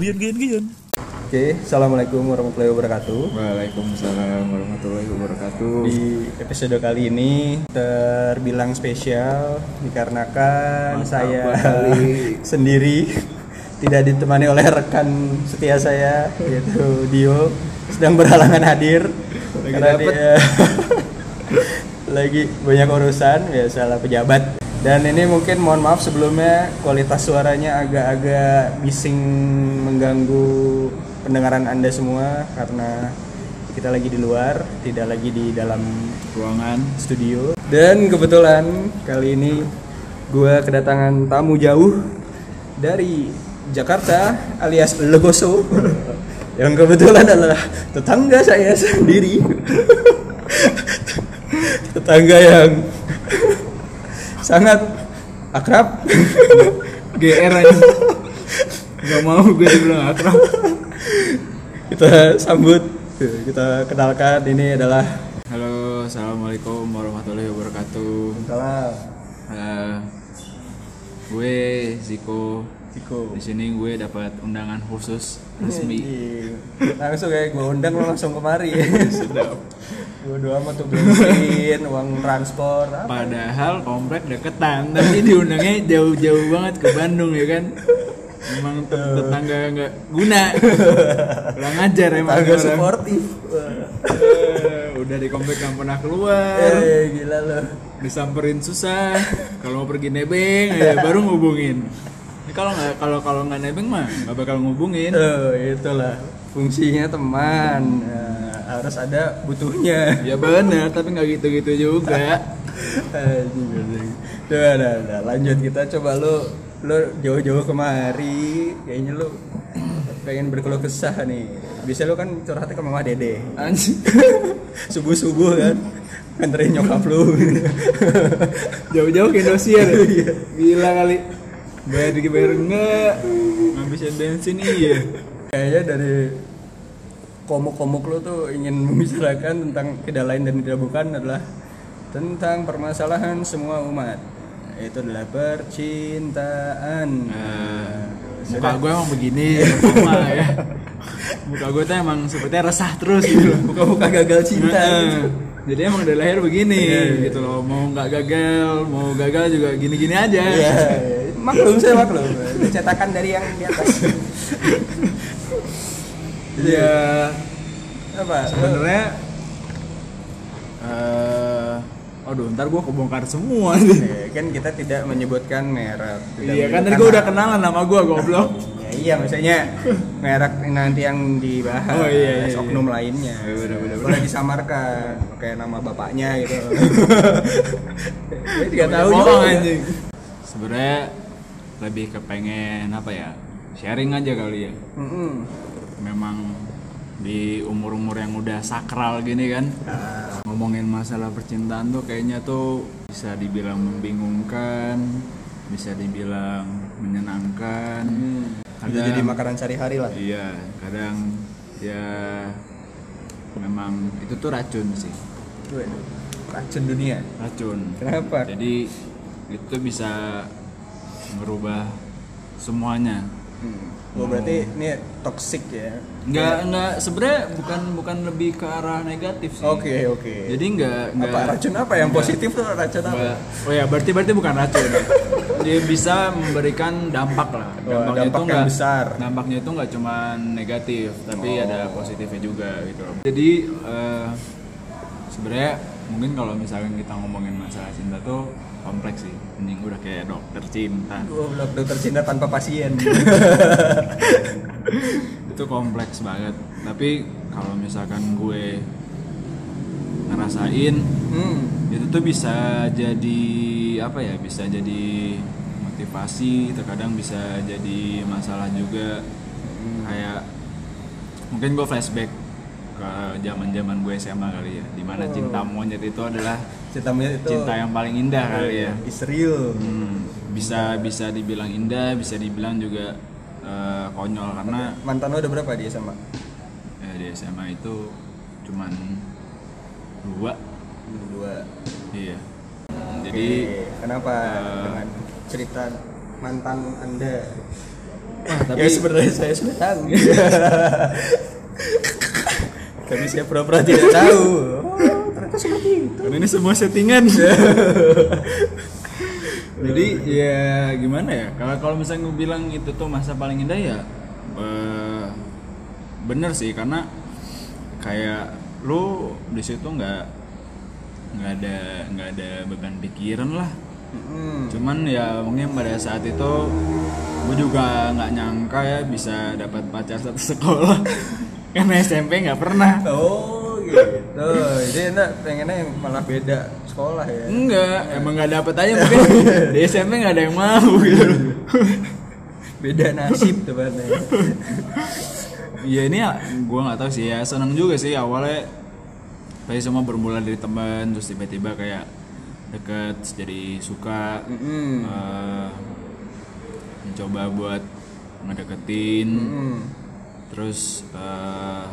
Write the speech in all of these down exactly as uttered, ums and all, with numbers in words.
Guyon, guyon, guyon. Oke, assalamualaikum warahmatullahi wabarakatuh. Waalaikumsalam warahmatullahi wabarakatuh. Di episode kali ini terbilang spesial dikarenakan Mantap saya kali. sendiri, tidak ditemani oleh rekan setia saya yaitu Dio, sedang berhalangan hadir Lagi karena dapet. dia lagi banyak urusan, biasalah pejabat. Dan ini mungkin mohon maaf sebelumnya kualitas suaranya agak-agak bising, mengganggu pendengaran Anda semua karena kita lagi di luar, tidak lagi di dalam Ruangan studio. Dan kebetulan kali ini gue kedatangan tamu jauh dari Jakarta alias Legoso yang kebetulan adalah tetangga saya sendiri. Tetangga yang sangat akrab. G R aja. Gak mau gue dibilang akrab. Kita sambut, kita kenalkan, ini adalah Halo, assalamualaikum warahmatullahi wabarakatuh. salam Uh, gue Ziko. Ziko. Di sini gue dapat undangan khusus resmi. Langsung kayak gue undang lo langsung kemari. Sedap. Gue doa mah tuh bensin, uang transport apa. Padahal komplek deketan, tapi diundangnya jauh-jauh banget ke Bandung ya kan. Emang tet- tetangga nggak guna, kurang ajar emang Agak orang. suportif. Eh, udah di komplek nggak pernah keluar, Eh gila lo. disamperin susah. Kalau mau pergi nebeng ya baru ngubungin. Ini kalau nggak kalau kalau nggak nebeng mah nggak bakal ngubungin. Oh itulah fungsinya teman. Nah, harus ada butuhnya. Ya benar, tapi nggak gitu-gitu juga. Udah, udah, udah, lanjut kita coba lo lo jauh-jauh kemari, kayaknya lo pengen berkeluh kesah nih. Bisa lo kan curhatnya ke Mama Dede. Anjing. Subuh-subuh kan nganterin nyokap lo. Jauh-jauh ke Indosiar ya? Gila kali. Bayar dibayar enggak? Ngabisin bensin iya. Kayaknya dari komuk-komuk lo tuh ingin membicarakan tentang tidak lain dan tidak bukan adalah tentang permasalahan semua umat. Itu adalah percintaan. Uh, muka gue emang begini pertama ya. Muka gue tuh emang sepertinya resah terus gitu. Muka-muka gagal cinta. Nah, jadi emang dari lahir begini Iya, iya. gitu loh. Mau nggak gagal, mau gagal juga gini-gini aja. Iya, maklum saya maklum. Cetakan dari yang di atas. Ya Apa? sebenarnya. Uh, aduh, ntar gue kebongkar semua nih. Eh, kan kita tidak menyebutkan merek. Tidak Iya kan tadi menyebutkan gue udah nama. kenalan nama gue goblok. Ya, iya maksudnya merek nanti yang dibahas. Oh, iya, iya, oknum iya. lainnya. Iya, bener, bener, Boleh disamarkan kayak nama bapaknya gitu. Saya tidak tahu Bohong, juga. anjing. Sebenarnya lebih kepengen apa ya? Sharing aja kali ya. Mm-mm. Memang di umur-umur yang udah sakral gini kan, ngomongin masalah percintaan tuh kayaknya tuh bisa dibilang membingungkan, bisa dibilang menyenangkan. Bisa jadi makanan sehari-hari lah. Iya, kadang ya memang itu tuh racun sih, Weh, racun dunia. racun. Kenapa? Jadi itu bisa merubah semuanya. Hmm. Oh, berarti ini toxic ya? Enggak, enggak, sebenarnya bukan bukan lebih ke arah negatif sih. Oke, oke. Jadi enggak, enggak Apa racun apa yang positif tuh racun apa? enggak- oh ya, berarti berarti bukan racun. Dia bisa memberikan dampak lah. Oh, dampak itu yang enggak besar. Dampaknya itu enggak cuma negatif, tapi Oh. ada positifnya juga gitu. Jadi eh, sebenarnya mungkin kalau misalkan kita ngomongin masalah cinta tuh kompleks sih. Anjing udah kayak dokter cinta. Goblok, dokter cinta tanpa pasien. Itu kompleks banget. Tapi kalau misalkan gue ngerasain hmm. itu tuh bisa jadi apa ya, bisa jadi motivasi, terkadang bisa jadi masalah juga. Hmm. Kayak mungkin gue flashback ke zaman-zaman gue S M A kali ya, dimana Oh. cinta monyet itu adalah Cinta monyet itu cinta yang paling indah kali ya. is real. Hmm, bisa bisa dibilang indah, bisa dibilang juga eh, konyol karena Mantan lo ada berapa di S M A? eh, di S M A itu cuman dua. Dua. Iya. Jadi Oke, kenapa eh, dengan cerita mantan Anda? Wah, tapi Ya sebenarnya saya sudah tahu. Tapi saya pura-pura tidak tahu. Oh, ternyata seperti itu. karena ini semua settingan. Jadi ya gimana ya? Kalau kalau misalnya gue bilang itu tuh masa paling indah ya eh, bener sih, karena kayak lu di situ nggak nggak ada nggak ada beban pikiran lah. Mm-mm. Cuman ya mungkin pada saat itu gue juga nggak nyangka ya bisa dapat pacar satu sekolah. Karena S M P nggak pernah. Oh gitu. Jadi enak pengennya yang malah beda sekolah ya. Enggak, emang nggak dapet aja mungkin. Di S M P nggak ada yang mau gitu. Beda nasib tepatnya. Iya ini ya, gue nggak tahu sih ya, seneng juga sih awalnya. Kayak semua bermula dari teman, terus tiba-tiba kayak deket, terus jadi suka. Mm-mm. eh, mencoba buat ngedeketin. Mm-mm. Terus eh,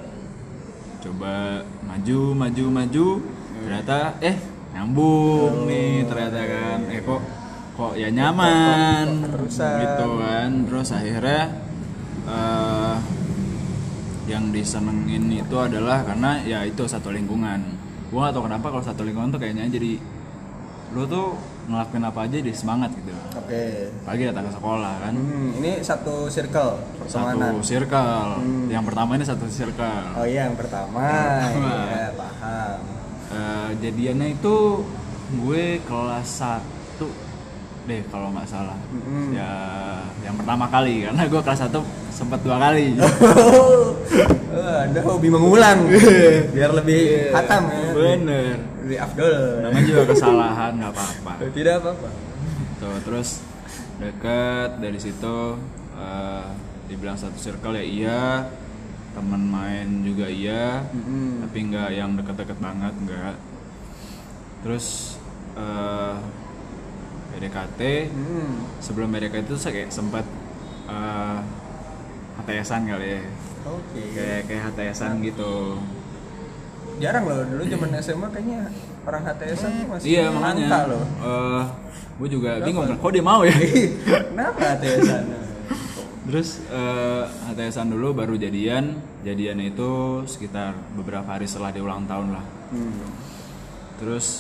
coba maju maju maju ternyata eh nyambung nih ternyata kan, eh kok kok ya nyaman Keterusan. gitu kan. Terus akhirnya eh, yang disenengin itu adalah karena ya itu satu lingkungan. Gua gak tau kenapa kalau satu lingkungan tuh kayaknya jadi lu tuh ngelakuin apa aja jadi semangat gitu. Oke. Apalagi datang ke sekolah kan. Hmm, ini satu circle pertemanan. Satu circle. Hmm. Yang pertama ini satu circle. Oh iya yang pertama. Pertama. Iya, paham. Eh, jadiannya itu gue kelas satu deh kalau nggak salah. Mm-mm. Ya yang pertama kali, karena gue kelas satu sempat dua kali. Oh, Anda hobi mengulang biar lebih hatam ya. Bener. Lebih afdol. Namanya juga kesalahan, nggak apa-apa. Tidak apa-apa. Tuh, terus deket dari situ eh, dibilang satu circle ya iya, teman main juga iya. Mm-mm. Tapi nggak yang deket-deket banget, nggak. Terus eh P D K T. Hmm. Sebelum P D K T itu saya kayak sempat eh H T S-an kali ya, Oke. kayak kayak H T S-an gitu. Jarang loh dulu zaman S M A kayaknya orang H T S-an tuh masih Iya langka makanya loh. eh gue juga Kenapa? bingung kok dia mau ya. Kenapa H T S-an? Terus eh H T S-an dulu baru jadian. Jadian itu sekitar beberapa hari setelah dia ulang tahun lah. Hmm. Terus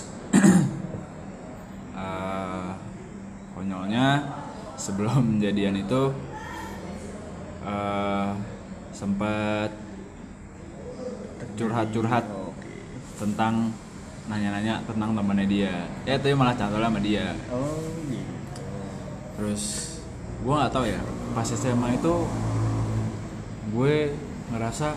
eh konyolnya sebelum jadian itu eh sempat curhat-curhat tentang nanya-nanya tentang temannya dia. Ya itu malah cantolnya sama dia. Oh gitu. Terus gue nggak tahu ya, pas S M A itu gue ngerasa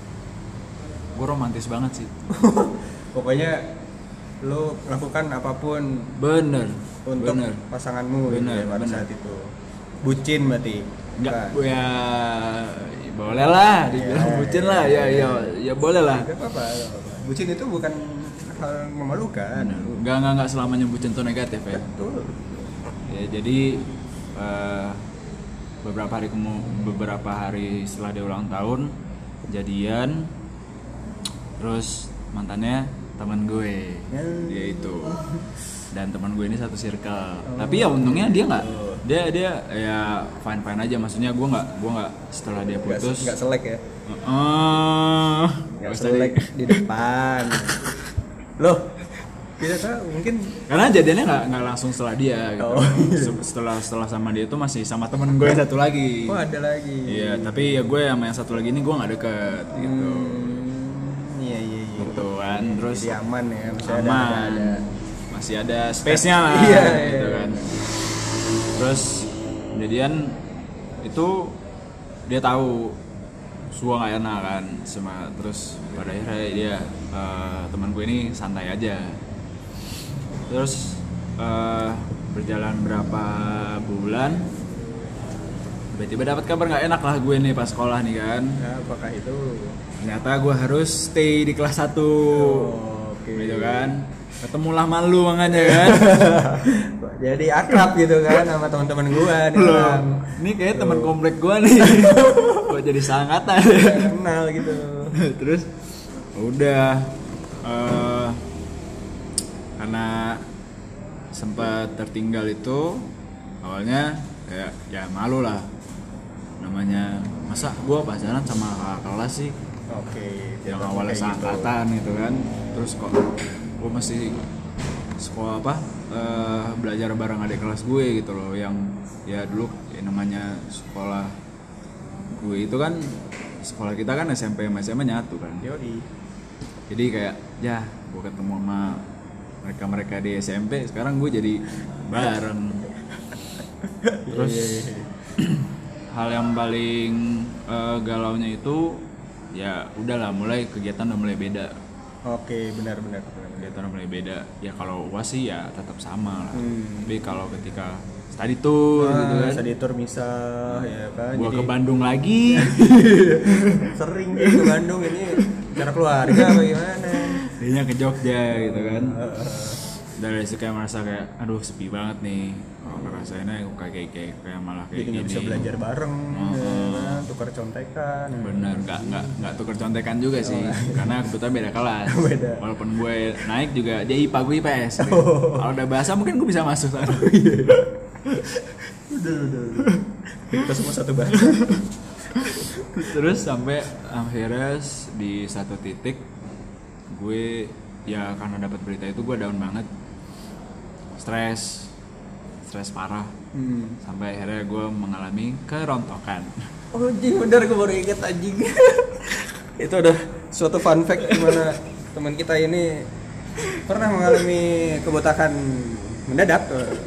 gue romantis banget sih. Pokoknya lo lakukan apapun Bener, untuk bener. pasanganmu gitu Bener, ya pada bener. saat itu. Bucin berarti. Nggak, Bukan. ya boleh lah, dibilang Ya, bucin ya, lah, ya, ya, ya, ya boleh lah. Gak apa-apa. gak apa-apa. Bucin itu bukan hal yang memalukan. Nggak, nggak, nggak selamanya bucin itu negatif ya. Betul. Ya jadi eh, beberapa hari kemu beberapa hari setelah dia ulang tahun jadian, terus mantannya teman gue, Ya. dia itu, dan teman gue ini satu circle. Tapi ya untungnya dia nggak, dia dia ya fine fine aja, maksudnya gue nggak gue nggak setelah dia Nggak putus. nggak selek ya. Eh, Nggak nggak usah di- selek di depan. Loh, tidak tahu mungkin. karena jadiannya nggak nggak langsung setelah dia gitu. Oh. Se- setelah setelah sama dia tuh masih sama temen gue yang satu lagi. Oh ada lagi. Iya, tapi ya gue sama yang satu lagi ini gue nggak deket gitu. Hmm, iya iya iya. Gitu kan, terus Jadi aman ya, masih ada, aman, ada, ada. masih ada space-nya lah, Iya, gitu iya. kan. Terus kemudian itu dia tahu Sua nggak enak kan, sama terus pada akhirnya dia eh, teman gue ini santai aja. Terus eh, berjalan berapa bulan, tiba-tiba dapat kabar nggak enak lah gue nih pas sekolah nih kan. Nah, apakah itu? Ternyata gue harus stay di kelas satu, Oh, oke. gitu kan. Ketemulah malu makanya kan. Jadi akrab gitu kan sama teman-teman gua nih Loh, orang. ini kayak teman komplek gue nih. Kok jadi sangatan. Nggak kenal gitu. Terus udah eh, karena sempat tertinggal itu awalnya kayak ya malu lah. masa gue pacaran sama kakak kelas sih, Oke, yang jatuh awalnya kayak gitu. seangkatan gitu kan, terus kok gue masih sekolah apa eh, belajar bareng adik kelas gue gitu loh, yang ya dulu ya namanya sekolah gue itu kan, sekolah kita kan S M P sama S M A nyatu kan, Yoi. jadi kayak ya gue ketemu sama mereka-mereka di S M P, sekarang gue jadi bareng. Terus Iya, iya, iya. hal yang paling eh, galaunya itu ya udahlah, mulai kegiatan udah mulai beda. Oke, benar-benar. Kegiatan udah mulai beda. Ya kalau U A S sih ya tetap sama lah. Hmm. Tapi kalau ketika study tour Nah, gitu kan, study tour misah ya kan. gua Jadi ke Bandung lagi. sering dia ke Bandung ini cara keluarga apa gimana? Dianya ke Jogja gitu kan. Dari situ kayak merasa kayak aduh sepi banget nih. Oh, ngerasainnya kayak kayak kayak, kayak malah kayak Jadi nggak gini. bisa belajar bareng, Oh. ya kan? Tukar contekan. Bener, nggak nggak nggak tuker contekan juga sih, karena kebetulan beda kelas. Beda. Walaupun gue naik juga dia I P A, gue I P S. Kalau udah bahasa mungkin gue bisa masuk sana. Udah, udah, udah. Kita semua satu bahasa. Terus sampai akhirnya di satu titik gue ya karena dapat berita itu gue down banget, stres, stres parah. Hmm. Sampai akhirnya gue mengalami kerontokan. Oh anjing, bener gue baru inget anjing. Itu udah suatu fun fact dimana teman kita ini pernah mengalami kebotakan mendadak.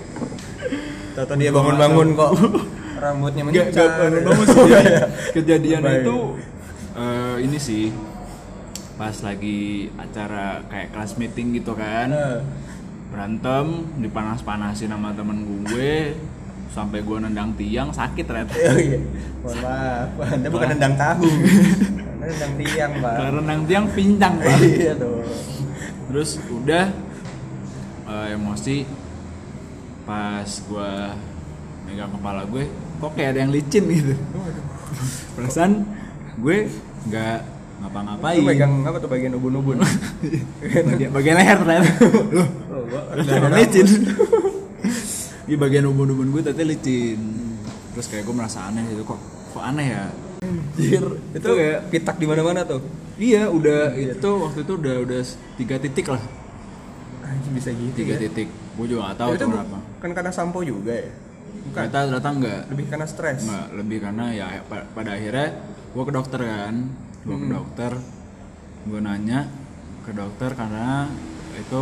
Tahu dia bangun-bangun kok rambutnya Nggak, mencar. nggak bangun-bangun sih. Kejadian Baik. itu eh, ini sih pas lagi acara kayak kelas meeting gitu kan, Eh, berantem dipanas-panasin sama temen gue sampai gue nendang tiang, sakit ternyata. oh iya. Mohon maaf, Anda bukan nendang tahu. Anda nendang tiang, Pak. Karena nendang tiang pincang pak. Iya dong. Terus udah eh, emosi pas gue megang kepala gue, kok kayak ada yang licin gitu. Perasaan gue nggak ngapa-ngapain. Lu megang apa tuh bagian ubun-ubun? bagian, bagian leher ternyata. Loh, Oh, gua ternyata licin. Di bagian ubun-ubun gue ternyata licin. Terus kayak gue merasa aneh gitu, kok kok aneh ya. Anjir, itu kayak pitak di mana-mana tuh. Iya, udah itu waktu itu udah udah tiga titik lah. Anjir bisa gitu. Tiga ya? titik. Gue juga nggak tahu Itu tuh bu- kenapa. Kan karena sampo juga ya? Bukan. Ternyata ternyata enggak. Lebih karena stres. Enggak, lebih karena ya pa- pada akhirnya gue ke dokter kan. Gue ke Hmm. dokter. Gue nanya ke dokter karena itu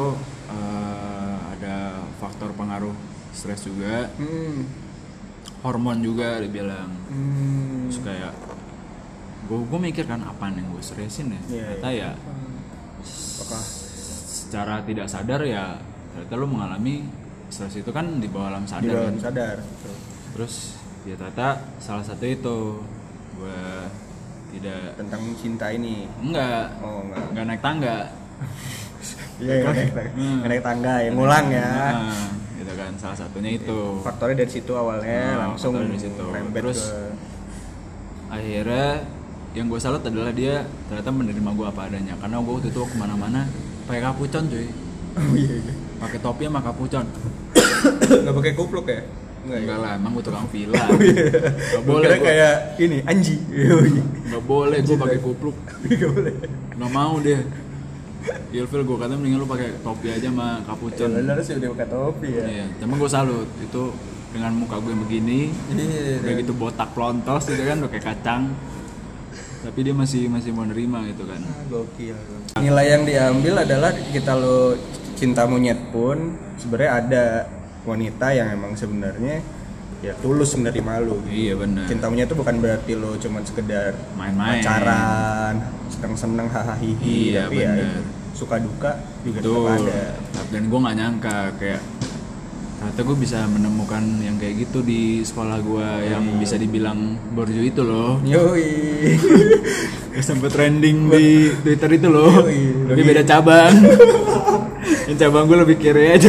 eh, ada faktor pengaruh stres juga, Hmm. hormon juga dibilang. Hmm. Terus kayak gue gue mikir kan apa yang gue stresin ya. Iya, Ternyata iya. ya Apakah secara tidak sadar ya ternyata lu mengalami stres itu kan di bawah alam di sadar dalam kan. sadar? Terus ya ternyata salah satu itu gue tidak Tentang cinta ini. enggak Oh enggak. enggak naik tangga. Iya, nggak naik, tangga. Hmm. Nggak naik tangga ya, ngulang ya. Nah, gitu kan salah satunya itu. Faktornya dari situ awalnya Nah, langsung faktornya dari situ. rembet Terus ke Akhirnya yang gue salut adalah dia ternyata menerima gue apa adanya, karena gue waktu itu kemana-mana pakai kapucon cuy, oh iya iya. pakai topi sama kapucon. Nggak pakai kupluk ya? Enggak lah, emang gue tukang villa. Oh iya. Nggak Gua boleh kira gua- kayak ini Anji. Oh iya. Nggak boleh gue pakai kupluk, Nggak boleh. nggak mau dia. Ilfil gue katanya mendingan lu pakai topi aja sama kapucon. Ya, bener sih udah pakai topi ya. Iya, cuma gue salut itu dengan muka gue begini, Iya. udah gitu botak plontos gitu kan, udah kayak kacang. Tapi dia masih masih mau nerima gitu kan. Ah, gokil. Nilai yang diambil adalah kita lo cinta monyet pun sebenarnya ada wanita yang emang sebenarnya ya tulus menerima lo. Iya benar. Cinta monyet itu bukan berarti lo cuman sekedar Main-main. pacaran, seneng-seneng hahaha Iya, tapi ya bener. suka duka juga tetap Betul. ada. Dan gue nggak nyangka kayak ternyata gue bisa menemukan yang kayak gitu di sekolah gue yang bisa dibilang borju itu loh. Yoi. Yang sempet trending di Twitter itu loh. Yoi. Tapi beda cabang. Yang cabang gue lebih kiri aja.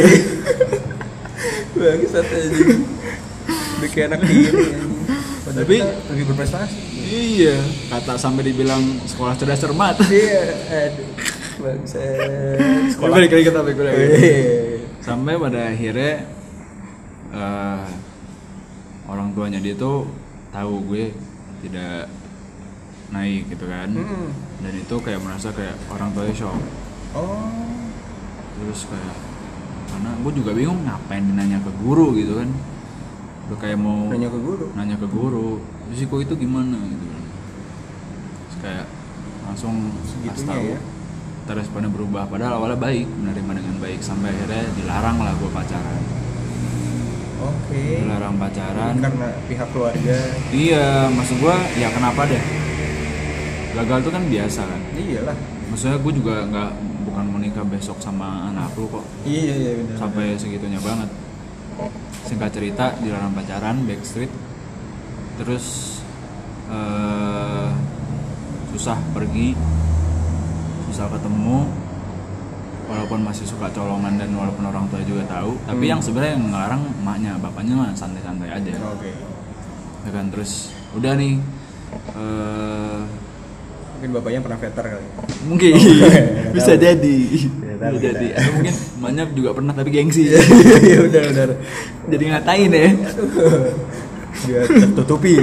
Bagus aja. Udah kayak anak kiri. anjing. Padahal Tapi- kita lagi berprestasi. Iya, kata sampai dibilang sekolah cerdas cermat. Iya, aduh. Bangsa. Sekolah balik lagi ke topik gue. Iya. Sampai pada akhirnya eh, orang tuanya dia tuh tahu gue tidak naik gitu kan. Mm-mm. Dan itu kayak merasa kayak orang tuanya shock. Oh. Terus kayak karena gue juga bingung ngapain nanya ke guru gitu kan. Gue kayak mau Nanya ke guru. nanya ke guru risiko itu gimana gitu kan. Terus kayak langsung kasih tahu. ya. Ntar responnya berubah, padahal awalnya baik, menerima dengan baik, sampai akhirnya dilarang lah gue pacaran. Oke. Dilarang pacaran Karena pihak keluarga. iya, maksud gue ya kenapa deh, gagal tuh kan biasa kan. Iyalah. Maksudnya gue juga nggak, bukan mau nikah besok sama anak lu kok. Iya iya benar. Sampai segitunya banget. Singkat cerita dilarang pacaran, backstreet. Terus eh, susah pergi, susah ketemu, walaupun masih suka colongan dan walaupun orang tua juga tahu, tapi Hmm. yang sebenarnya yang ngelarang emaknya, bapaknya mah santai-santai aja. Oke. Ya kan, terus udah nih eh, Mungkin bapaknya pernah veter kali. mungkin bisa tahu. jadi, Tidak tahu bisa jadi, kita. atau mungkin emaknya juga pernah tapi gengsi. Ya udah udah. Jadi ngatain ya. Biar tertutupi.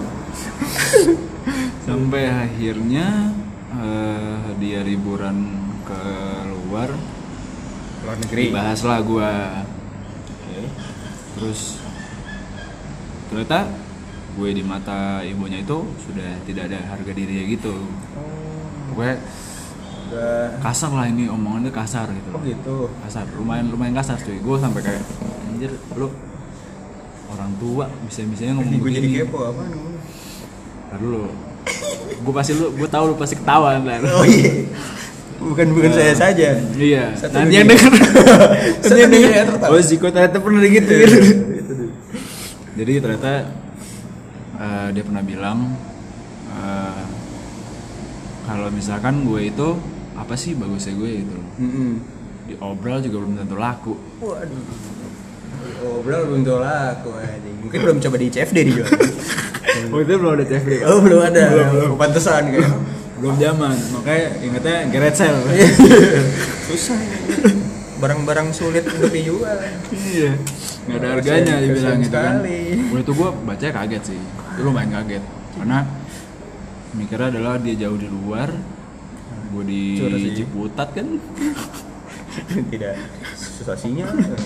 Sampai akhirnya eh, dia liburan ke luar, Luar negeri. dibahaslah gua. Oke. Terus ternyata gue di mata ibunya itu sudah tidak ada harga dirinya gitu. Pokoknya Udah. kasar lah, ini omongannya kasar gitu. Oh gitu. Kasar, lumayan lumayan kasar cuy. Gue sampai kayak anjir lu orang tua bisa-bisanya ngomong Gue jadi begini. kepo apa namanya? Ntar dulu. Gue pasti lu, gue tahu lu pasti ketawa ntar. Oh iya. Bukan bukan Eh, saya saja. Iya. Satu Nanti dunia. yang denger. Satu Nanti yang dunia denger. tertawa. Oh Ziko ternyata pernah gitu. Itu dulu. Jadi ternyata eh, dia pernah bilang eh, kalau misalkan gue itu apa sih bagusnya gue gitu. Mm-mm. Di obral juga belum tentu laku. Waduh. Obrol belum tahu laku aja. Mungkin belum coba di C F D dijual. Oh itu belum ada C F D kan? Oh belum ada. Belum, belum. Oh, pantesan kayak. Belum zaman. Makanya ingetnya garage sale. Susah. Barang-barang sulit untuk dijual. Iya. Nggak ada harganya Kasian- dibilang kasian gitu kan. sekali. Waktu itu gue baca kaget sih. Itu lumayan kaget. Karena mikirnya adalah dia jauh di luar, gue di Curah sih. Ciputat kan. Tidak susasinya.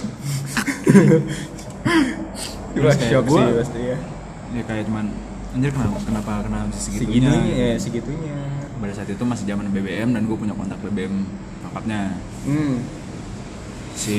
Terus kayak Shock gua, sih pasti ya. ya kayak cuman anjir kenapa kenapa kenapa bisa segitunya. Segitunya ya, segitunya. Pada saat itu masih zaman B B M dan gue punya kontak B B M nyokapnya. Hmm. Si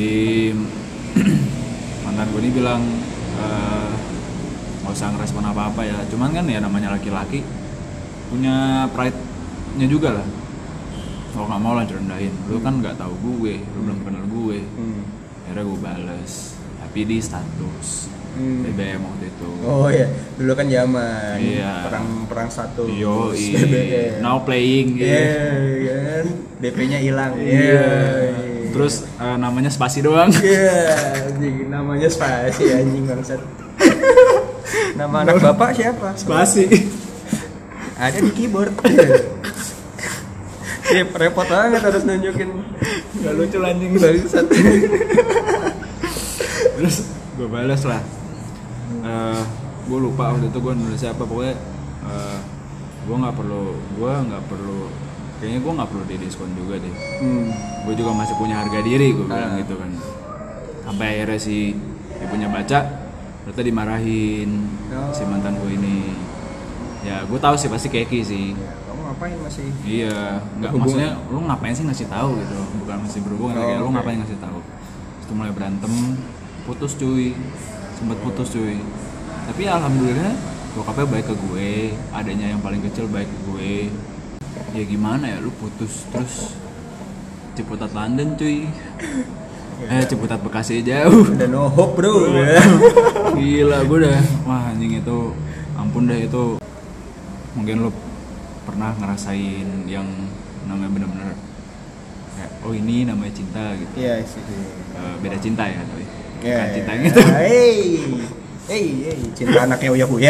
mantan gue ini bilang eh, nggak usah ngerespon apa-apa ya, cuman kan ya namanya laki-laki punya pride-nya juga lah. Kalau nggak mau lah direndahin, lu kan nggak tahu gue, lu belum kenal gue. Hmm. Akhirnya gue bales, tapi di status Hmm. B B M waktu itu. Oh iya, dulu kan zaman Iya. perang perang satu. Yo, B B M. now playing gitu. Iya, kan. D P-nya hilang. Iya. Terus eh, namanya spasi doang. Iya, anjing namanya spasi anjing bangsat. Nama anak bapak siapa? Spasi. Ada di keyboard. Iya, repot banget harus nunjukin. Gak lucu anjing. Bangsat. Terus gue balas lah. Uh, gue lupa waktu itu gue nulis apa, pokoknya uh, gue nggak perlu, gue nggak perlu, kayaknya gue nggak perlu di diskon juga deh. Hmm. Gue juga masih punya harga diri, gue bilang Ah. gitu kan. Sampai akhirnya si ibunya baca, ternyata dimarahin Oh. si mantan gue ini. Ya gue tahu sih pasti keki sih. Ya, kamu ngapain masih? Iya, nggak Hubungan. maksudnya lu ngapain sih ngasih tahu gitu, bukan masih berhubungan, Oh, kayak lu oke. ngapain ngasih tahu. Terus mulai berantem, putus cuy, sempat putus cuy. Tapi alhamdulillah bokapnya baik ke gue, adanya yang paling kecil baik ke gue. Ya gimana ya, lu putus terus Ciputat London cuy. Eh Ciputat Bekasi jauh. Udah no hope bro. Gila, gue udah, wah anjing itu, ampun deh itu. Mungkin lu pernah ngerasain yang namanya bener-bener kayak, oh ini namanya cinta gitu. Iya sih. Eh, beda cinta ya, tapi Iya, bukan iya. cinta gitu. Hei, hei, hei, cinta anaknya Uya Kuya.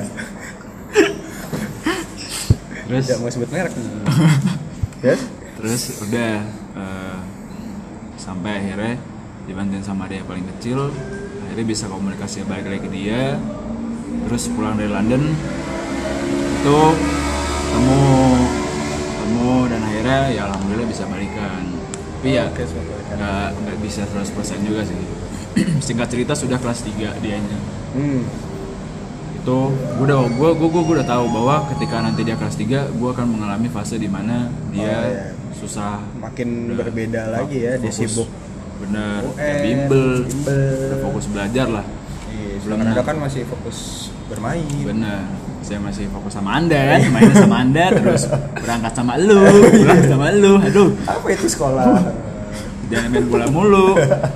Terus, Tidak mau sebut merek. Yes? terus udah eh, sampai akhirnya dibantuin sama dia yang paling kecil, akhirnya bisa komunikasi balik lagi ke dia. Terus pulang dari London, itu temu temu dan akhirnya ya alhamdulillah bisa balikan. Tapi ya Oke, semoga balikan. nggak nggak bisa seratus persen juga sih. Singkat cerita sudah kelas tiga dianya. Hmm. Itu gue udah gue gue gue udah tahu bahwa ketika nanti dia kelas tiga gue akan mengalami fase di mana dia Oh, iya. susah, Makin udah berbeda lagi ya, dia fokus. sibuk Bener, U N, ya bimbel, bimbel. udah fokus belajar lah. Iya, Belum sedangkan Anda nah. kan masih fokus bermain. Bener, saya masih fokus sama anda kan, mainnya sama anda terus berangkat sama lu, berangkat sama lu, aduh, Apa itu sekolah? jangan main bola mulu.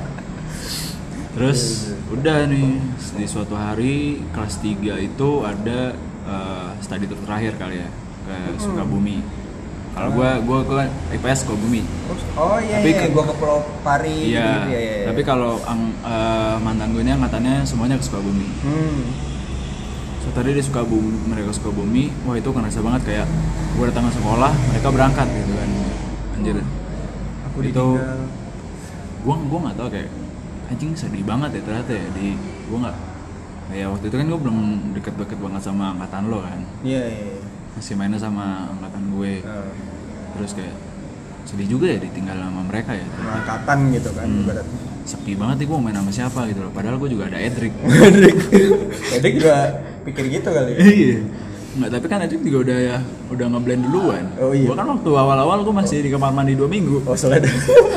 Terus udah nih di suatu hari kelas tiga itu ada uh, study tour terakhir kali ya ke Sukabumi. Kalau gua gua gua I P S Sukabumi. Oh iya, Tapi iya, ke- gua ke Pulau Pari. Iya. gitu, iya, iya. Tapi kalau ang- uh, mantan gue ini angkatannya semuanya ke Sukabumi. Hmm. So tadi di Sukabumi, mereka Sukabumi, wah itu kerasa banget kayak gue datang ke sekolah, mereka berangkat gitu kan. Anjir. Aku itu ditinggal. gua gua nggak tahu kayak anjing sedih banget ya ternyata ya di gua nggak kayak waktu itu kan gue belum deket-deket banget sama angkatan lo kan, Iya, iya. iya. masih mainnya sama angkatan gue. Nah, Terus kayak sedih juga ya ditinggal sama mereka ya. angkatan gitu kan Hmm. ibarat. Sepi banget nih gue main sama siapa gitu loh, padahal gue juga ada Edric. Edric. Edric juga pikir gitu kali. Iya. Nggak, tapi kan Edric juga udah ya udah ngeblend duluan. Oh, iya. Gua kan waktu awal-awal gue masih di kamar mandi dua minggu. Oh, selada.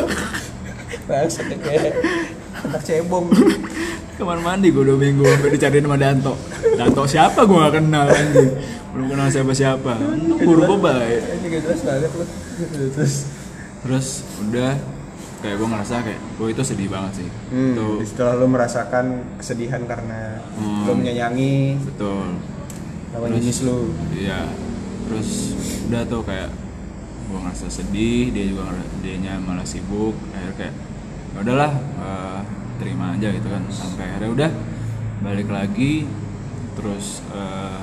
Bangsat kayak anak cebong. Kamar mandi gue dua minggu sampai dicariin sama Danto. Danto siapa gue gak kenal anjing. Belum kenal siapa-siapa. Guru gue baik. Ini gak jelas banget loh. Terus Terus udah kayak gue ngerasa kayak gue itu sedih banget sih. hmm, Tuh setelah lu merasakan kesedihan karena Hmm. lu menyayangi betul. lawan Terus- jenis lu. Iya. Terus udah tuh kayak gue ngerasa sedih, dia juga ngera- dianya malah sibuk. Akhirnya kayak ya udahlah, eh, terima aja gitu kan. Sampai akhirnya udah balik lagi. Terus eh,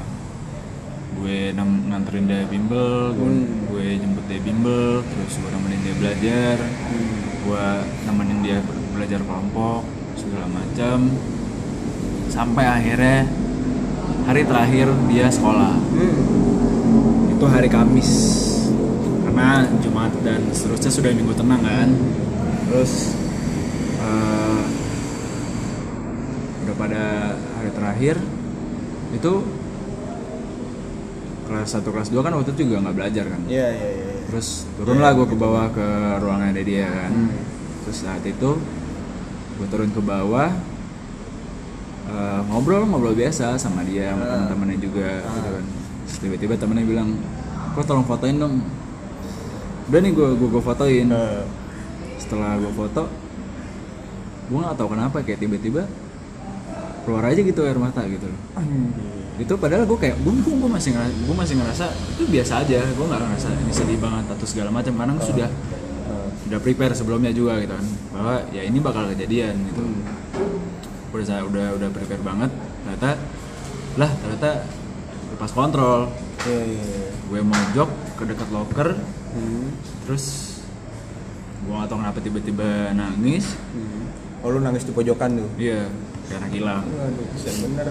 gue nem- nganterin dia bimbel, gue, Hmm. gue jemput dia bimbel, terus gue nemenin dia belajar, Hmm. gue nemenin dia belajar kelompok segala macam. Sampai akhirnya hari terakhir dia sekolah. Hmm. Itu hari Kamis, karena Jumat dan seterusnya sudah minggu tenang kan. Terus eh, udah pada hari terakhir itu kelas satu kelas dua kan waktu itu juga nggak belajar kan. Iya, iya, iya. Terus turunlah gue ke bawah ke ruangan ada dia kan. Hmm. Terus saat itu gue turun ke bawah, eh, ngobrol ngobrol biasa sama dia sama Ah. teman-temannya juga Ah. gitu kan. Terus tiba-tiba temennya bilang, kok tolong fotoin dong. Udah nih gue gue fotoin. Eh, Setelah gue foto, gue nggak tahu kenapa kayak tiba-tiba keluar aja gitu air mata gitu loh. anjir. Itu padahal gue kayak gue gue masih ngerasa, gue masih ngerasa itu biasa aja, gue nggak ngerasa ini sedih banget atau segala macam karena gue sudah Eh, udah prepare sebelumnya juga gitu kan bahwa ya ini bakal kejadian gitu. hmm. Udah saya udah udah prepare banget, ternyata lah ternyata lepas kontrol. Iya, iya, iya. Gue mau jog ke dekat locker, Hmm. terus gue nggak tahu kenapa tiba-tiba nangis. Hmm. Oh, lu nangis di pojokan tuh. Iya, karena hilang. Waduh, kesian bener.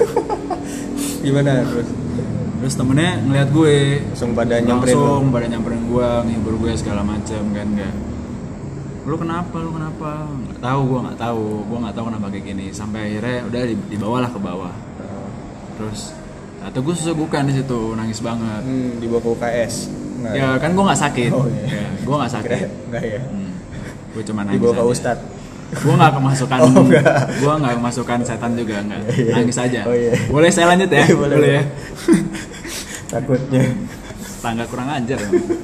Gimana terus? Terus temennya ngeliat gue, Langsung pada nyamperin lu? langsung pada nyamperin gue, ngibur gue segala macam kan nggak. Lu kenapa? Lu kenapa? Nggak tahu, gue nggak tahu, gue nggak tahu kenapa kayak gini. Sampai akhirnya udah dibawalah ke bawah. Terus atau gue susugukan di situ, nangis banget. Hmm, dibawa ke U K S. Nggak, Ya kan gue nggak sakit, Oh, iya. ya, gue nggak sakit. Kira- Enggak ya. Hmm. Gue cuma nangis Dibawa ke aja. Ustadz. Gue nggak kemasukan, Oh, enggak. gue nggak kemasukan setan juga nggak, Iya, iya. nangis aja. Oh, iya. Boleh saya lanjut ya? Iya, boleh, Boleh ya. Takutnya. Tangga kurang ajar.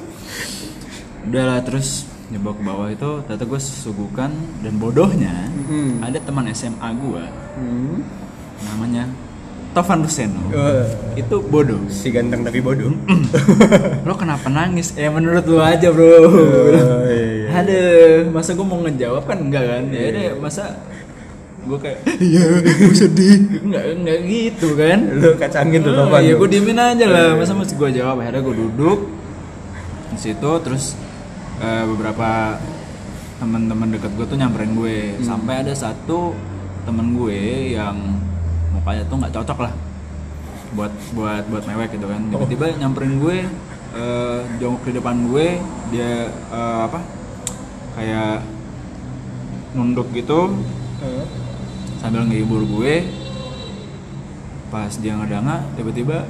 Udah lah, terus nyoba ke bawah itu, ternyata gue sugukan dan bodohnya Hmm. ada teman S M A gue, Hmm. namanya Tovan Ruseno. Wah, Itu bodoh. si ganteng tapi bodoh. Lo kenapa nangis? Eh menurut lo aja bro. Oh, iya, iya. Aduh, masa gue mau ngejawab kan enggak kan? Ya deh, masa gue kayak iya gue sedih. Enggak enggak gitu kan? Lu kacangin tuh Oh, Tovan. iya tuh. gue diemin aja lah. Masa mesti gue jawab? Akhirnya gue duduk di situ, terus eh, beberapa teman-teman deket gue tuh nyamperin gue. Sampai ada satu temen gue yang mukanya tuh nggak cocok lah. buat buat buat mewek gitu kan. Tiba-tiba nyamperin gue, uh, jongkok di depan gue, dia uh, apa kayak nunduk gitu Uh. sambil ngehibur gue. Pas dia ngedanga, tiba-tiba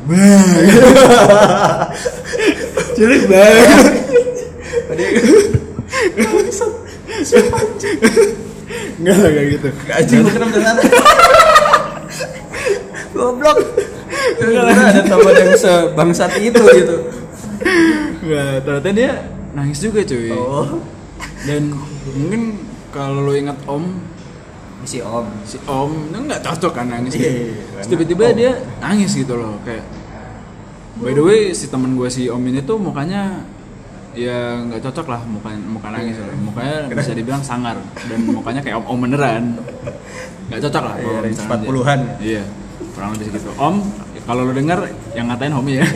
Cilik banget. Tadi enggak lah kayak gitu. Anjing bukan beneran. Goblok. Enggak lah ada teman yang sebangsat itu gitu. Nggak, ternyata dia nangis juga cuy. Oh. Dan mungkin kalau lo ingat Om, Si Om, si Om itu nggak cocok kan nangis. Iya, gitu. iya, Terus tiba-tiba Om. dia nangis gitu loh, kayak by the way si teman gue si Om ini tuh mukanya ya nggak cocok lah, muka muka nangis loh. Mukanya bisa dibilang sangar dan mukanya kayak om-om beneran. Nggak cocok lah. Iya, kalau range misalkan empat dia- puluhan. Iya, kurang lebih segitu. Om, kalau lo denger yang ngatain Homi ya.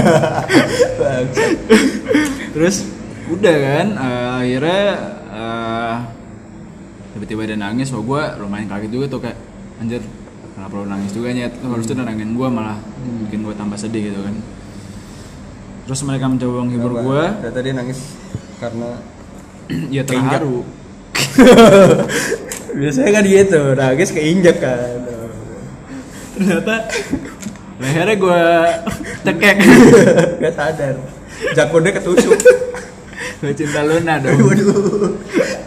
Terus udah kan, uh, akhirnya uh, tiba-tiba dia nangis. Wah, gue lumayan kaget juga tuh, kayak anjir kenapa lo nangis juga nyet, lo harus tuh nenangin gue, malah bikin gue tambah sedih gitu kan. Terus mereka mencoba menghibur gue. Ternyata dia nangis karena Ya terharu. biasanya kan gitu, nangis keinjak kan. Ternyata lehernya gue cekek. Gak sadar, jakunnya ketusuk. Gue cinta Luna dong. Waduh.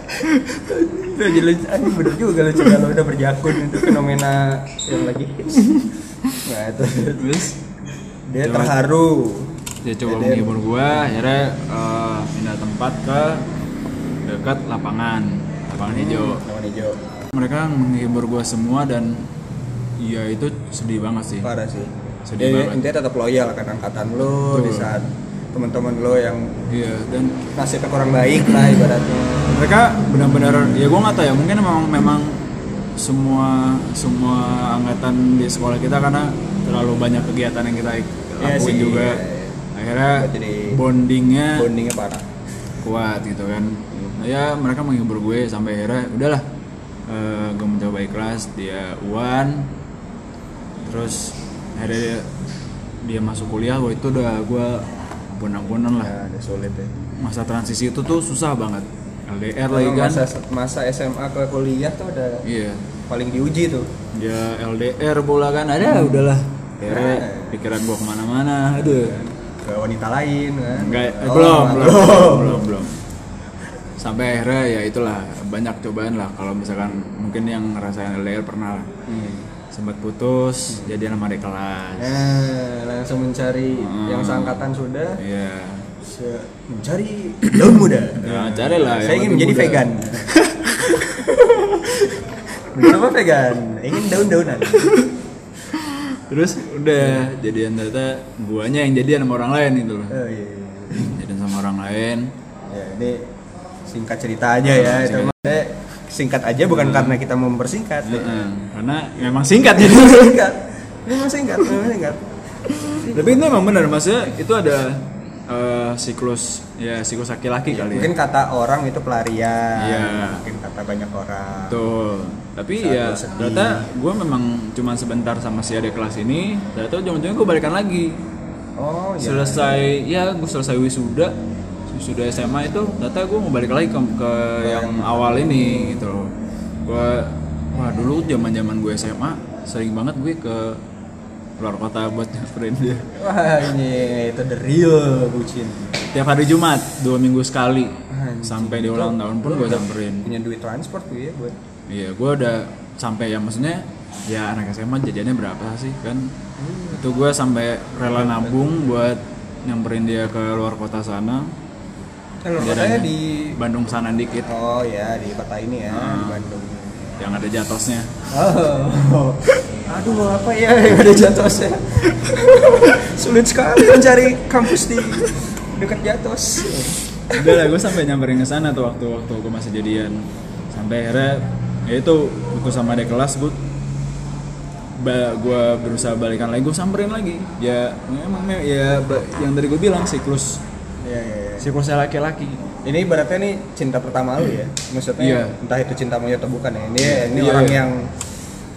Itu jadi lucu, aduh bener juga lucu kalau udah berjakun, itu fenomena yang lagi hits. Nah itu Terus dia Coba- terharu. dia coba Ya, dia- menghibur gue, akhirnya uh, pindah tempat ke dekat lapangan lapangan hijau. Lawan hijau. Mereka menghibur gue semua dan ya itu sedih banget sih. Parah sih. Sedih Dia banget. intinya tetap loyal kan angkatan lo Betul. di saat teman-teman lo yang Iya, dan nasibnya kurang baik lah ibaratnya. mereka benar-benar, ya gue nggak tahu ya, mungkin memang memang semua semua angkatan di sekolah kita karena terlalu banyak kegiatan yang kita ik- Iya lakuin sih, juga. iya, iya. Akhirnya Jadi- bondingnya Bondingnya parah. kuat gitu kan. Nah, ya mereka menghibur gue sampai akhirnya udahlah, eh, gue mencoba ikhlas, dia uan, terus akhirnya dia, dia masuk kuliah. Wah itu udah gue ampun-ampunan lah. Ya, udah sulit ya. Masa transisi itu tuh susah banget, L D R lagi Kalau kan. masa, masa S M A ke kuliah tuh udah Iya, paling diuji tuh. dia L D R pula kan, ada udahlah. Akhirnya Nah. pikiran gue kemana-mana, aduh. Ke wanita lain kan. Enggak, eh, Oh, belum, belum. belum, belum, belum. Sampai akhirnya ya itulah, banyak cobaan lah. Kalau misalkan mungkin yang ngerasain L D R pernah lah. Hmm. Sempat putus, jadian sama adik kelas. Nah, langsung mencari Hmm. yang seangkatan sudah. Iya. Se- mencari daun muda. Ya, carilah Saya yang ingin menjadi lebih muda. vegan. Kenapa vegan? Ingin daun-daunan. Terus udah jadian, ternyata guanya yang jadian sama orang lain gitu loh. Oh iya. iya. Jadian sama orang lain. Ya, ini singkat cerita aja ya. Oh, Itu singkat. maksudnya singkat aja bukan karena kita mau mempersingkat. ya. Heeh. Karena memang singkat jadi. Singkat. Ini memang singkat, memang singkat. Tapi itu emang benar, maksudnya itu ada eh, siklus, ya siklus laki-laki kali Mungkin ya. kata orang itu pelarian. Iya. Mungkin kata banyak orang. Betul. Tapi Saat ya lo sedih. ternyata gue memang cuma sebentar sama si adik kelas ini. Ternyata ujung-ujungnya gue balikan lagi. Oh iya. Selesai, ya gue selesai wisuda, wisuda S M A itu, ternyata gue mau balik lagi ke, ke yang awal ini gitu loh. Gue, wah dulu zaman-zaman gue S M A sering banget gue ke luar kota buat nyamperin dia. Wah ini itu the real bucin. Tiap hari Jumat, dua minggu sekali. Anjing. Sampai di ulang tahun pun Lu gue udah samperin. Punya duit transport tuh ya buat. Iya, gue udah sampai ya maksudnya ya anak S M A jajannya berapa sih kan? Hmm. Itu gue sampai rela nabung buat nyamperin dia ke luar kota sana. Kalau Jalannya katanya di Bandung sana dikit, Oh ya di kota ini ya Hmm. di Bandung. yang ada jatosnya. Oh. Aduh apa ya yang ada jatosnya. Sulit sekali mencari kampus di dekat Jatos. Udah lah, gue sampai nyamperin ke sana tuh waktu waktu gue masih jadian. Sampai akhirnya ya itu putus sama adik kelas, gue ba, gue berusaha balikan lagi, gue samperin lagi. Ya memang ya ba- yang tadi gue bilang siklus Iya iya iya. siklusnya laki-laki. Ini ibaratnya nih cinta pertama lu ya. Maksudnya Iya. entah itu cinta monyet atau bukan ya. Ini ini Iya, orang iya. yang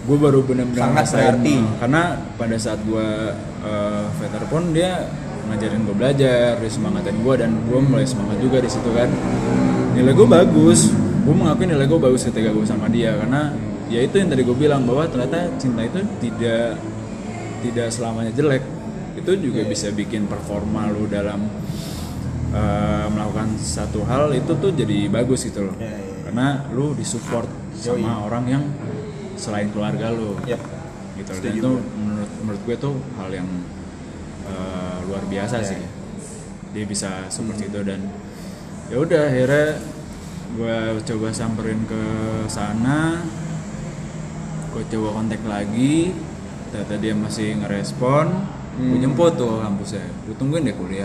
gue baru benar-benar sangat berarti. Karena pada saat gue uh, veter pun dia ngajarin gue belajar, dia semangatin gue dan gue mulai semangat juga di situ kan. Nilai gue bagus, gue mengakui nilai gue bagus ketika gue sama dia karena ya itu yang tadi gue bilang bahwa ternyata cinta itu tidak tidak selamanya jelek. Itu juga bisa bikin performa lu dalam uh, melakukan satu hal itu tuh jadi bagus gitu loh. Yeah, yeah. Karena lu disupport sama Yoi. orang yang selain keluarga lu. Yep. Gitu. Dan itu menurut menurut gue tuh hal yang uh, luar biasa yeah. sih. Dia bisa seperti hmm. itu dan ya udah akhirnya gue coba samperin ke sana. Gue coba kontak lagi. Ternyata dia masih ngerespon. Hmm. Gue jemput tuh kampusnya. Gue tungguin deh kuliah.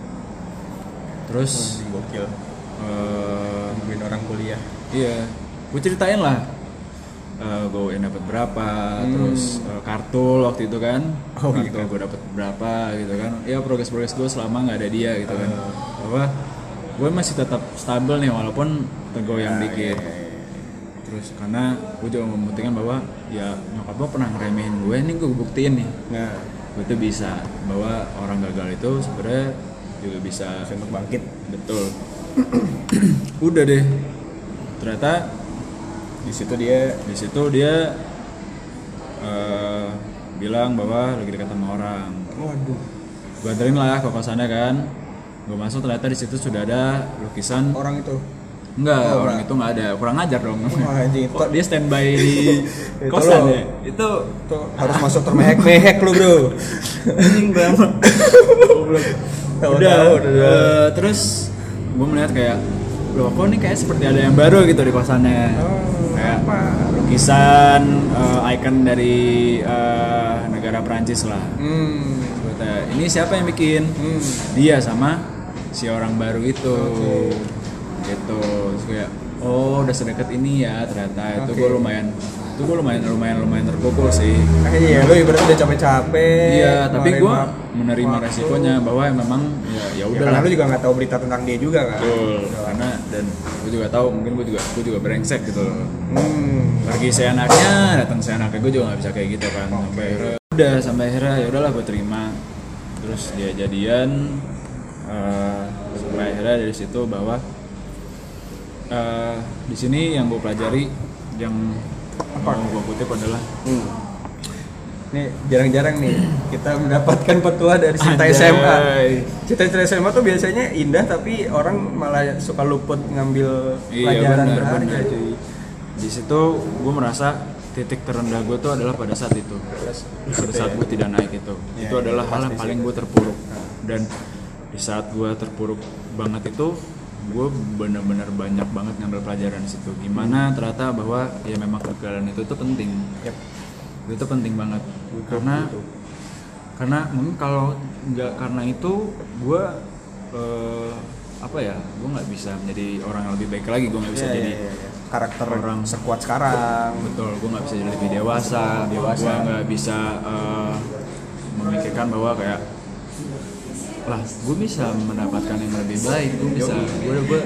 Terus oh, gokil. Uh, nungguin orang kuliah. Iya. Gue ceritain lah. Uh, gue yang dapat berapa, hmm. terus uh, kartu waktu itu kan, oh, kartu gitu. Gue dapat berapa gitu kan, ya progres-progres gue selama nggak ada dia gitu kan, uh. bahwa gue masih tetap stabil nih walaupun tergoyang nah, dikit, iya, iya. Terus karena gue juga membuktikan bahwa ya nyokap gue pernah ngeremehin gue, ini gue buktiin nih, nah. gue tuh bisa bahwa orang gagal itu sebenarnya juga bisa, bisa untuk bangkit, betul. Udah deh, ternyata di situ dia di situ dia uh, bilang bahwa lagi dekat sama orang. Waduh. Gue anterin lah ke kosannya kan. Gue masuk ternyata di situ sudah ada lukisan orang itu. Enggak, oh, orang enggak. Itu enggak ada. Kurang ajar dong. Oh, anjing. Kok dia standby di kosan ya? Itu tuh harus masuk termehek-mehek lu, Bro. Anjing banget. Udah, udah. Uh, terus gue melihat kayak loh kok nih kayak seperti ada yang baru gitu di kosannya. Oh. Kayak apa? Lukisan uh, icon dari uh, negara Prancis lah. Hmm. Ini siapa yang bikin? Hmm. Dia sama si orang baru itu. Okay. Gitu. Terus kayak oh udah sedekat ini ya ternyata. Itu okay. gue lumayan itu gue lumayan lumayan lumayan terpukul sih. Iya, lu ibaratnya udah capek-capek. Iya, tapi gue menerima resikonya bahwa memang ya ya udah. Ya, karena lu juga nggak tahu berita tentang dia juga kan. Betul. Karena dan gue juga tahu mungkin gue juga gue juga brengsek gitu loh. Hmm. Pergi seenaknya, datang seenaknya, gue juga nggak bisa kayak gitu kan. Okay. Sampai akhirnya udah sampai akhirnya ya udahlah gue terima. Terus dia jadian. Uh, sampai akhirnya dari situ bahwa uh, di sini yang gue pelajari yang apa yang gue kutip adalah hmm. nih jarang-jarang nih kita mendapatkan petua dari cinta S M A. Cinta-cinta S M A tuh biasanya indah tapi orang malah suka luput ngambil iya, pelajaran bener, berharga bener. cuy. Di situ gue merasa titik terendah gue tuh adalah pada saat itu, pada saat gue tidak naik itu. Ya, itu adalah ya, hal yang paling gue terpuruk. Dan di saat gue terpuruk banget itu gue benar-benar banyak banget ngambil pelajaran di situ. Gimana ternyata bahwa ya memang kegagalan itu tuh penting. Yep. Itu penting banget. Betul, karena betul. Karena mungkin kalau nggak karena itu gue eh, apa ya? Gue nggak bisa menjadi orang yang lebih baik lagi. Gue nggak bisa yeah, jadi yeah, yeah. karakter orang sekuat sekarang. Betul. Gue nggak bisa jadi lebih dewasa. dewasa. Gue nggak bisa uh, memikirkan bahwa kayak lah gue bisa mendapatkan yang lebih baik, gue bisa gue gue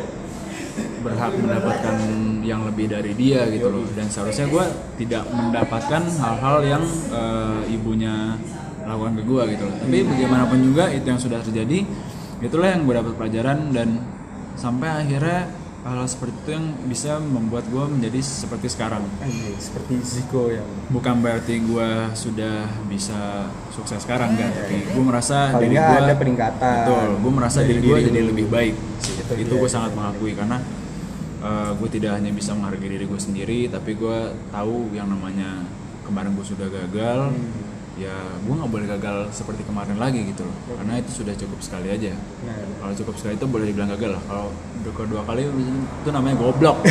berhak mendapatkan yang lebih dari dia gitu loh. Dan seharusnya gue tidak mendapatkan hal-hal yang uh, ibunya lakukan ke gue gitu loh. Tapi bagaimanapun juga itu yang sudah terjadi, itulah yang gue dapat pelajaran. Dan sampai akhirnya hal seperti itu yang bisa membuat gue menjadi seperti sekarang. Ayy, seperti Ziko yang bukan berarti gue sudah bisa sukses sekarang kan, tapi gue merasa diri gue ada peningkatan. Betul, gue merasa diri gue jadi lebih baik. Itu, itu gue sangat mengakui karena uh, gue tidak hanya bisa menghargai diri gue sendiri, tapi gue tahu yang namanya kemarin gue sudah gagal. Hmm. Ya gue nggak boleh gagal seperti kemarin lagi gitu loh, karena itu sudah cukup sekali aja. Nah, kalau cukup sekali itu boleh dibilang gagal lah. Kalau udah kedua kali itu namanya goblok.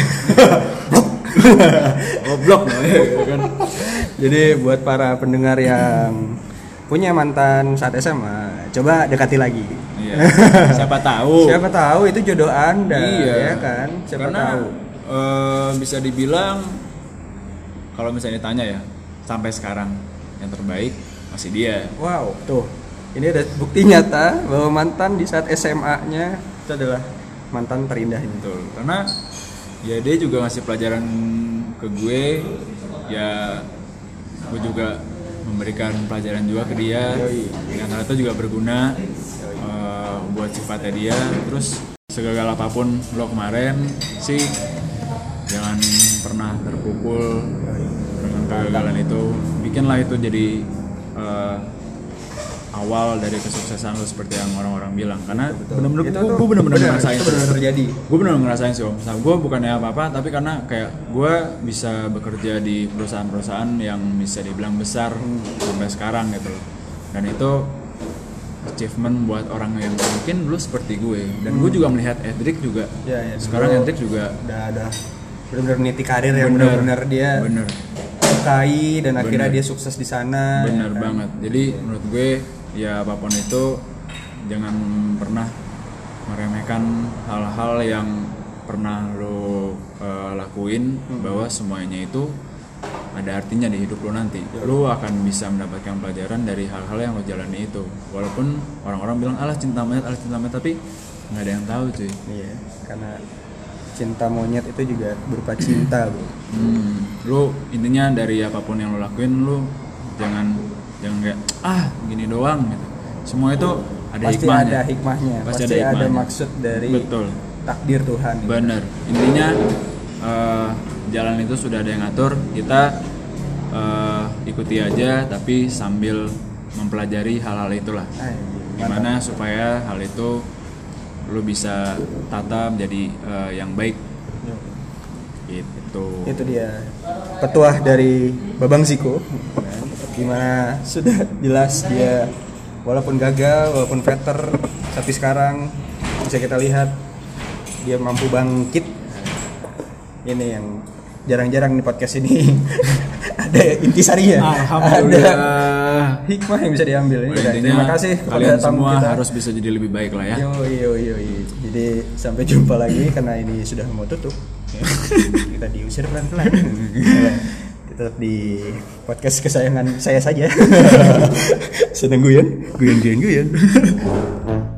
Goblok namanya gitu kan. Jadi buat para pendengar yang punya mantan saat S M A, coba dekati lagi. Iya. Siapa tahu. Siapa tahu itu jodoh Anda, iya. ya kan? Siapa karena, tahu. Uh, bisa dibilang kalau misalnya ditanya ya sampai sekarang yang terbaik masih dia. Wow, tuh. Ini ada bukti nyata bahwa mantan di saat S M A-nya itu adalah mantan terindahnya. Betul. Karena ya dia juga ngasih pelajaran ke gue ya gue juga memberikan pelajaran juga ke dia. Yoi. Yang ternyata juga berguna uh, buat sifatnya dia. Terus segagal apapun lo kemarin sih, jangan pernah terpukul dengan kegagalan itu. Bikinlah itu jadi uh, awal dari kesuksesan lo seperti yang orang-orang bilang. Karena benar-benar gue benar-benar ngerasain, itu benar terjadi. Gue benar-benar ngerasain sih om. Gue bukannya apa-apa, tapi karena kayak gue bisa bekerja di perusahaan-perusahaan yang bisa dibilang besar hmm. sampai sekarang gitu loh. Dan itu achievement buat orang yang mungkin dulu seperti gue. Dan hmm. gue juga melihat Edric juga. Ya, ya, sekarang Edric juga udah ada benar-benar niti karir yang benar-benar dia bener. sukai dan bener. Akhirnya dia sukses di sana. Bener ya kan? banget. Jadi menurut gue ya apapun itu jangan pernah meremehkan hal-hal yang pernah lo uh, lakuin, hmm. bahwa semuanya itu ada artinya di hidup lo nanti. Lo akan bisa mendapatkan pelajaran dari hal-hal yang lo jalani itu. Walaupun orang-orang bilang alah cinta monyet, alah cinta monyet, tapi nggak ada yang tahu cuy. Iya, karena cinta monyet itu juga berupa cinta, bro. Hmm, lo intinya dari apapun yang lo lakuin, lo jangan jangan kayak ah gini doang gitu. Semua itu ada pasti hikmahnya. ada hikmahnya. Pasti, pasti ada, ada maksud dari Betul. takdir Tuhan. Bener. Intinya uh, jalan itu sudah ada yang ngatur. Kita uh, ikuti aja, tapi sambil mempelajari hal-hal itulah. Ay, gimana supaya hal itu lo bisa tata menjadi uh, yang baik. Itu. Itu dia petuah dari Babang Ziko. Gimana sudah jelas dia walaupun gagal, walaupun veter, tapi sekarang bisa kita lihat dia mampu bangkit. Ini yang jarang-jarang di podcast ini ada intisarinya. Alhamdulillah. Ada hikmah yang bisa diambil. Ini intinya, terima kasih kalian kepada tamu semua kita. Harus bisa jadi lebih baik lah ya. Yo yo yo. yo. Jadi sampai jumpa lagi karena ini sudah mau tutup. Kita diusir pelan-pelan. Tetap di podcast kesayangan saya saja. Sedang guyon, guyon guyon guyon.